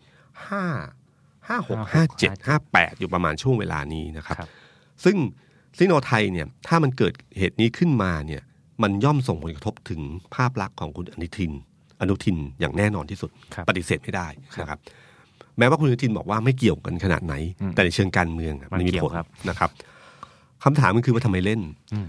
[SPEAKER 2] 56 57 58อยู่ประมาณช่วงเวลานี้นะครับซึ่งซิโนไทยเนี่ยถ้ามันเกิดเหตุนี้ขึ้นมาเนี่ยมันย่อมส่งผลกระทบถึงภาพลักษณ์ของคุณอนุทินอย่างแน่นอนที่สุดปฏิเสธไม่ได้นะครับแม้ว่าคุณอนุทินบอกว่าไม่เกี่ยวกันขนาดไหนแต่ในเชิงการเมืองมันมีผลนะครับคำถามมันคือว่าทำไมเล่น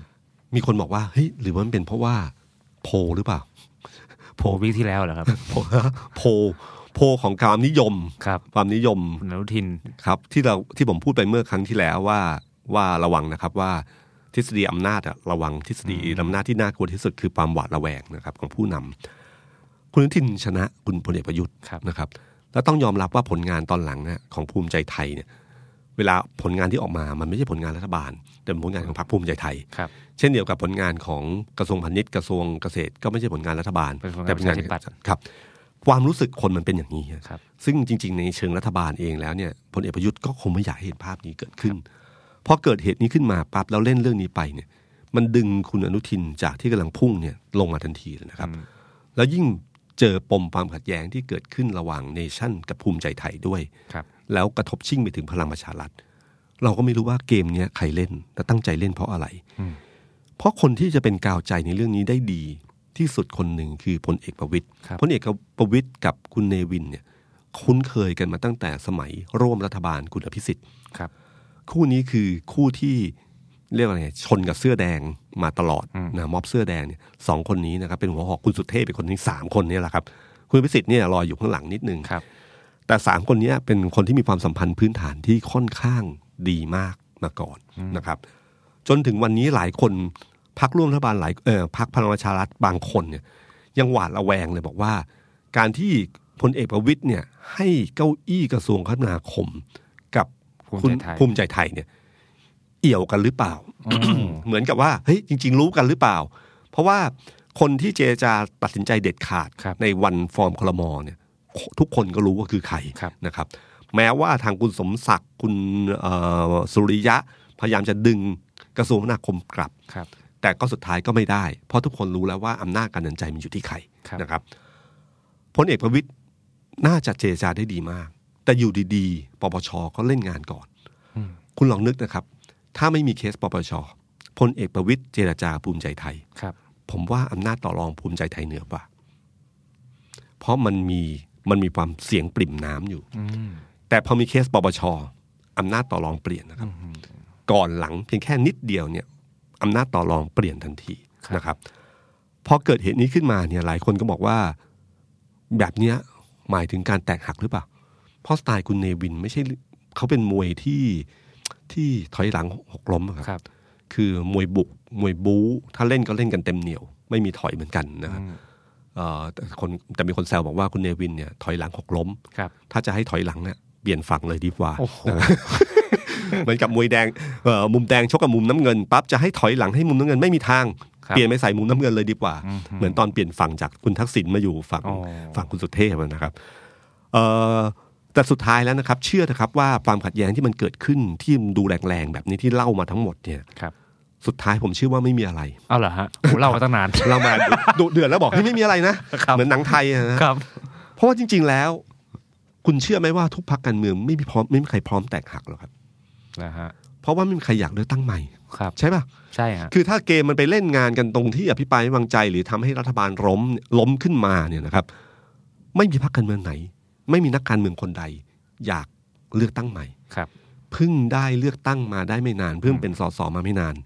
[SPEAKER 2] มีคนบอกว่าเฮ้ยหรือว่ามันเป็นเพราะว่าโพลหรือเปล่า
[SPEAKER 3] โพลวิกที่แล้วเหรอครับ
[SPEAKER 2] โพลของความนิยมความนิยม
[SPEAKER 3] อนุทิน
[SPEAKER 2] ครับที่ผมพูดไปเมื่อครั้งที่แล้วว่าระวังนะครับว่าทฤษฎีอำนาจระวังทฤษฎีอำนาจที่น่ากลัวที่สุดคือความหวาดระแวงนะครับของผู้นำคุณอนุทินชนะคุณพลเอกประยุทธ์นะครับแล้วต้องยอมรับว่าผลงานตอนหลังเนี่ยของภูมิใจไทยเนี่ยเวลาผลงานที่ออกมามันไม่ใช่ผลงานรัฐบาลแต่เป็นผลงานของพรรคภูมิใจไทยเช่นเดียวกับผลงานของกระทรวงพาณิชย์กระทรวงเกษตรก็ไม่ใช่ผลงานรัฐบาล
[SPEAKER 3] แต่เป็นงาน
[SPEAKER 2] ครับความรู้สึกคนมันเป็นอย่างนี้ซึ่งจริงๆในเชิงรัฐบาลเองแล้วเนี่ยพลเอกประยุทธ์ก็คงไม่อยากเห็นภาพนี้เกิดขึ้นพอเกิดเหตุนี้ขึ้นมาปั๊บแล้วเล่นเรื่องนี้ไปเนี่ยมันดึงคุณอนุทินจากที่กำลังพุ่งเนี่ยลงมาทันทีเลยนะครับแล้วยิ่งเจอปมความขัดแย้งที่เกิดขึ้นระหว่างเนชั่นกับภูมิใจไทยด้วยแล้วกระทบชิ่งไปถึงพลังประชารัฐเราก็ไม่รู้ว่าเกมนี้ใครเล่นและตั้งใจเล่นเพราะอะไรเพราะคนที่จะเป็นกาวใจในเรื่องนี้ได้ดีที่สุดคนหนึ่งคือพลเอกประวิตรพลเอกประวิตรกับคุณเนวินเนี่ยคุ้นเคยกันมาตั้งแต่สมัยร่วมรัฐบาลคุณอภิสิทธิ์คู่นี้คือคู่ที่เรียกว่าไงชนกับเสื้อแดงมาตลอดนะม็อบเสื้อแดงเนี่ยสองคนนี้นะครับเป็นหัวหอกคุณสุเทพเป็นคนที่3คนนี้แหละครับคุณอภิสิทธิ์เนี่ยรออยู่ข้างหลังนิดนึงแต่3คนนี้เป็นคนที่มีความสัมพันธ์พื้นฐานที่ค่อนข้างดีมากมาก่อนนะครับจนถึงวันนี้หลายคนพรรคร่วมรัฐบาลพรรคพลังประชารัฐบางคนเนี่ยยังหวาดระแวงเลยบอกว่าการที่พลเอกประวิตรเนี่ยให้เก้าอี้กระทรวงคมนาคมกับคุณภูมิใจไทยเนี่ยเอี่ยวกันหรือเปล่า เหมือนกับว่าเฮ้ยจริงๆรู้กันหรือเปล่าเพราะว่าคนที่เจรจาตัดสินใจเด็ดขาดในวันฟอร์มครม.เนี่ยทุกคนก็รู้ว่าคือใครนะครับแม้ว่าทางคุณสมศักดิ์คุณสุริยะพยายามจะดึงกระทรวงคมนาคมกลับแต่ก็สุดท้ายก็ไม่ได้เพราะทุกคนรู้แล้วว่าอำนาจการตัดสินใจมันอยู่ที่ใครนะครับพลเอกประวิตรน่าจะเจรจาได้ดีมากแต่อยู่ดีๆปปช.ก็เล่นงานก่อนคุณลองนึกนะครับถ้าไม่มีเคสปปช.พลเอกประวิตรเจรจาภูมิใจไทยผมว่าอำนาจต่อรองภูมิใจไทยเหนือกว่าเพราะมันมีความเสียงปริ่มน้ำอยู่แต่พอมีเคสปปช.อำนาจต่อรองเปลี่ยนนะครับก่อนหลังเพียงแค่นิดเดียวเนี่ยอำนาจต่อรองเปลี่ยนทันทีนะครับพอเกิดเหตุนี้ขึ้นมาเนี่ยหลายคนก็บอกว่าแบบเนี้ยหมายถึงการแตกหักหรือเปล่าเพราะสไตล์คุณเนวินไม่ใช่เขาเป็นมวยที่ถอยหลังหกล้มครับคือมวยบุกมวยบู๊ถ้าเล่นก็เล่นกันเต็มเหนียวไม่มีถอยเหมือนกันนะครับแต่มีคนแซวบอกว่าคุณเนวินเนี่ยถอยหลังหกล้มถ้าจะให้ถอยหลังเนี่ยเปลี่ยนฝั่งเลยดีกว่าเหมือนกับมวยแดงมุมแดงชกกับมุมน้ำเงินปั๊บจะให้ถอยหลังให้มุมน้ำเงินไม่มีทางเปลี่ยนไปใส่มุมน้ำเงินเลยดีกว่าเหมือนตอนเปลี่ยนฝั่งจากคุณทักษิณมาอยู่ฝั่งคุณสุเทพนะครับแต่สุดท้ายแล้วนะครับเชื่อนะครับว่าความขัดแย้งที่มันเกิดขึ้นที่ดูแรงๆแบบนี้ที่เล่ามาทั้งหมดเนี่ยสุดท้ายผมเชื่อว่าไม่มีอะไร
[SPEAKER 3] เอาเหรอฮะผมเล่ามาตั้งนาน
[SPEAKER 2] เรามาดุเดือดแล้วบอกไม่มีอะไรนะเหมือนหนังไทยนะครับเพราะว่าจริงๆแล้วคุณเชื่อไหมว่าทุกพรรคการเมืองไม่มีใครพร้อมแตกหักหรอกครับ
[SPEAKER 3] นะฮะ
[SPEAKER 2] เพราะว่าไม่มีใครอยากเลือกตั้งใหม่ใช่ป่ะ
[SPEAKER 3] ใช่ฮะ
[SPEAKER 2] คือถ้าเกมมันไปเล่นงานกันตรงที่อภิปรายไม่วางใจหรือทำให้รัฐบาลล้มขึ้นมาเนี่ยนะครับไม่มีพรรคการเมืองไหนไม่มีนักการเมืองคนใดอยากเลือกตั้งใหม่เพิ่งได้เลือกตั้งมาได้ไม่นานเพิ่งเป็นสสมาไม่นาน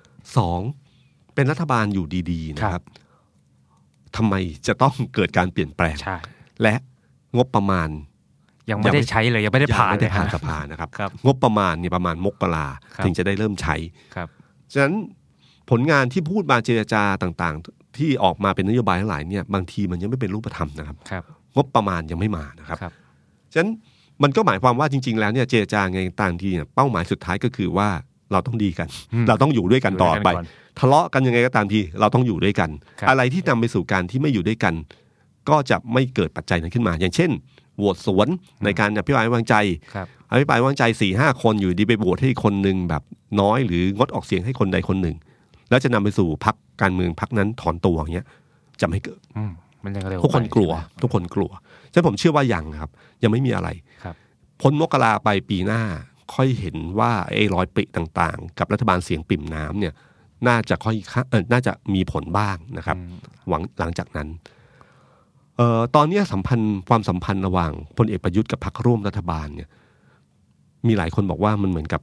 [SPEAKER 2] 2เป็นรัฐบาลอยู่ดีๆนะครับทำไมจะต้องเกิดการเปลี่ยนแปลงและงบประมาณ
[SPEAKER 3] ยังไม่ได้ใช้เลยยังไม่ได้ผ่าน
[SPEAKER 2] สภานะครับงบประมาณเนี่ยประมาณมกราถึงจะได้เริ่มใช้ฉะนั้นผลงานที่พูดมาเจรจาต่างๆที่ออกมาเป็นนโยบายทั้งหลายเนี่ยบางทีมันยังไม่เป็นรูปธรรมนะครับงบประมาณยังไม่มานะครับฉะนั้นมันก็หมายความว่าจริงๆแล้วเนี่ยเจรจาไงต่างทีเนี่ยเป้าหมายสุดท้ายก็คือว่าเราต้องดีกันเราต้องอยู่ด้วยกันต่อไปทะเลาะกันยังไงก็ตามทีเราต้องอยู่ด้วยกันอะไรที่นำไปสู่การที่ไม่อยู่ด้วยกันก็จะไม่เกิดปัจจัยนั้นขึ้นมาอย่างเช่นโหวตสวนในการอภิปรายไม่วางใจอภิปรายไม่วางใจ 4-5 คนอยู่ดีไปโหวตให้คนนึงแบบน้อยหรืองดออกเสียงให้คนใดคนหนึ่งแล้วจะนำไปสู่พรรคการเมืองพรรคนั้นถอนตัวอย่างเงี้ยจะไม่เกิดทุกคนกลัวฉะนั้นผมเชื่อว่ายังครับยังไม่มีอะไรพ้นมกราไปปีหน้าค่อยเห็นว่าไอ้รอยปริต่างๆกับรัฐบาลเสียงปริ่มน้ำเนี่ยน่าจะมีผลบ้างนะครับหลังจากนั้นตอนนี้ความสัมพันธ์ระหว่างพลเอกประยุทธ์กับพรรคร่วมรัฐบาลเนี่ยมีหลายคนบอกว่ามันเหมือนกับ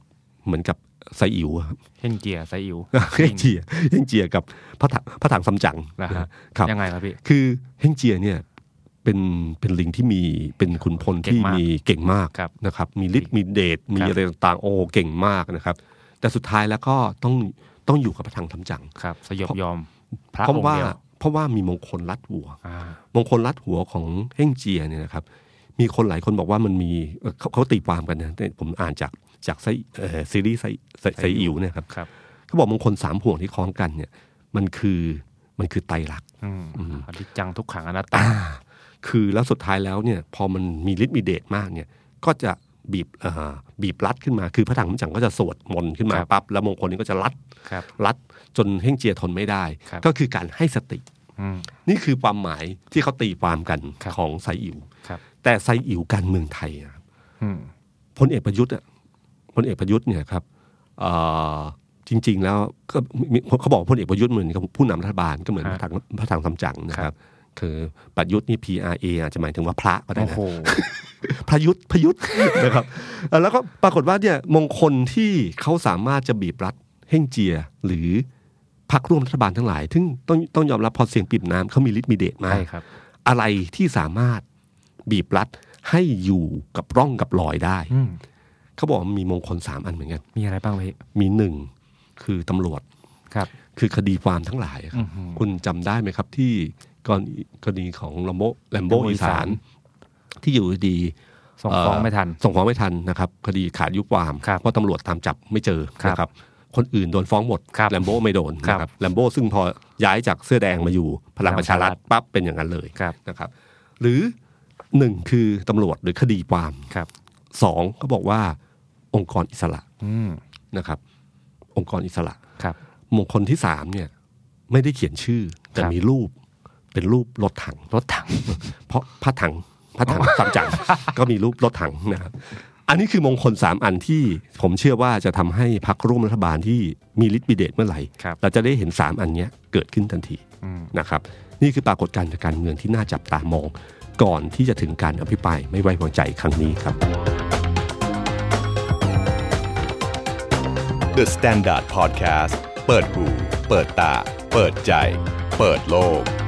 [SPEAKER 2] เหมือนกับไซอิ๋วครับ
[SPEAKER 3] เฮ่งเจียไซอิ๋ว
[SPEAKER 2] เฮ่งเจียกับพระถังซัมจั๋ง
[SPEAKER 3] ครับยังไงครับพี่
[SPEAKER 2] คือเฮ่งเจียเนี่ยเป็นลิงที่มีเป็นขุนพลที่มีเก่งมากนะครับมีฤทธิ์มีเดชมีอะไรต่างๆโอ้เก่งมากนะครับแต่สุดท้ายแล้วก็ต้องอยู่กับพระถังซัมจั๋ง
[SPEAKER 3] ครับสยบยอม
[SPEAKER 2] เพราะว่ามีมงคลลัดหัวมงคลลัดหัวของเฮ่งเจียเนี่ยนะครับมีคนหลายคนบอกว่ามันมีเขาตีความกันนะผมอ่านจากซีรีส์ไซอิ๋วเนี่ยครับเขาบอกมงคล3ห่วงที่คล้องกันเนี่ยมันคือไตรลักษณ์
[SPEAKER 3] อนิจจังทุกขังอนัตตา
[SPEAKER 2] คือแล้วสุดท้ายแล้วเนี่ยพอมันมีฤทธิ์มีเดชมากเนี่ยก็จะบีบรัดขึ้นมาคือพระถังซัมจั๋งก็จะสวดมนต์ขึ้นมาปั๊บแล้วมงคลนี้ก็จะรัดจนเฮ่งเจียทนไม่ได้ก็คือการให้สตินี่คือความหมายที่เขาตีความกันของไซอิ๋วแต่ไซอิ๋วการเมืองไทยครับพลเอกประยุทธ์เนี่ยครับจริงๆแล้วก็เขาบอกพลเอกประยุทธ์เหมือนกับผู้นำรัฐบาลก็เหมือนพระถังซัมจั๋งนะครับคือประยุทธ์นี่ PRA อาจจะหมายถึงว่าพระก็ได้นะพยุทธ์นะครับแล้วก็ปรากฏว่าเนี่ยมงคลที่เขาสามารถจะบีบรัดเฮ่งเจียหรือพรรคร่วมรัฐบาลทั้งหลายซึ่งต้องยอมรับพอเสียงปิ่มน้ำเขามีฤทธิ์มีเดชมากอะไรที่สามารถบีบรัดให้อยู่กับร่องกับรอยได้เขาบอกมีมงคล3อันเหมือนกัน
[SPEAKER 3] มีอะไรบ้างพี่
[SPEAKER 2] มี1คือตำรวจคือคดีความทั้งหลายครับคุณจำได้ไหมครับที่กรณีของแลมโบอีสานที่อยู่ดี
[SPEAKER 3] ส่งฟ้องไม่
[SPEAKER 2] ทันนะครับคดีขาดอายุความเพราะตำรวจตามจับไม่เจอนะครับคนอื่นโดนฟ้องหมดแลมโบไม่โดนนะครับแลมโบซึ่งพอย้ายจากเสื้อแดงมาอยู่พลังประชารัฐปั๊บเป็นอย่างนั้นเลยนะครับหรือ1คือตำรวจหรือคดีความ2เขาบอกว่าองค์กรอิสระนะครับองค์กรอิสระมงคลที่3เนี่ยไม่ได้เขียนชื่อแต่มีรูปเป็นรูปรถถังเพราะพระถังซัมจั๋งก็มีรูปรถถังนะครับอันนี้คือมงคล3อันที่ผมเชื่อว่าจะทำให้พรรคร่วมรัฐบาลที่มีฤทธิ์มีเดชเมื่อไหร่เราจะได้เห็น3อันนี้เกิดขึ้นทันทีนะครับนี่คือปรากฏการณ์ทางการเมืองที่น่าจับตามองก่อนที่จะถึงการอภิปรายไม่ไว้วางใจครั้งนี้ครับ
[SPEAKER 1] The Standard Podcast เปิดหูเปิดตาเปิดใจเปิดโลก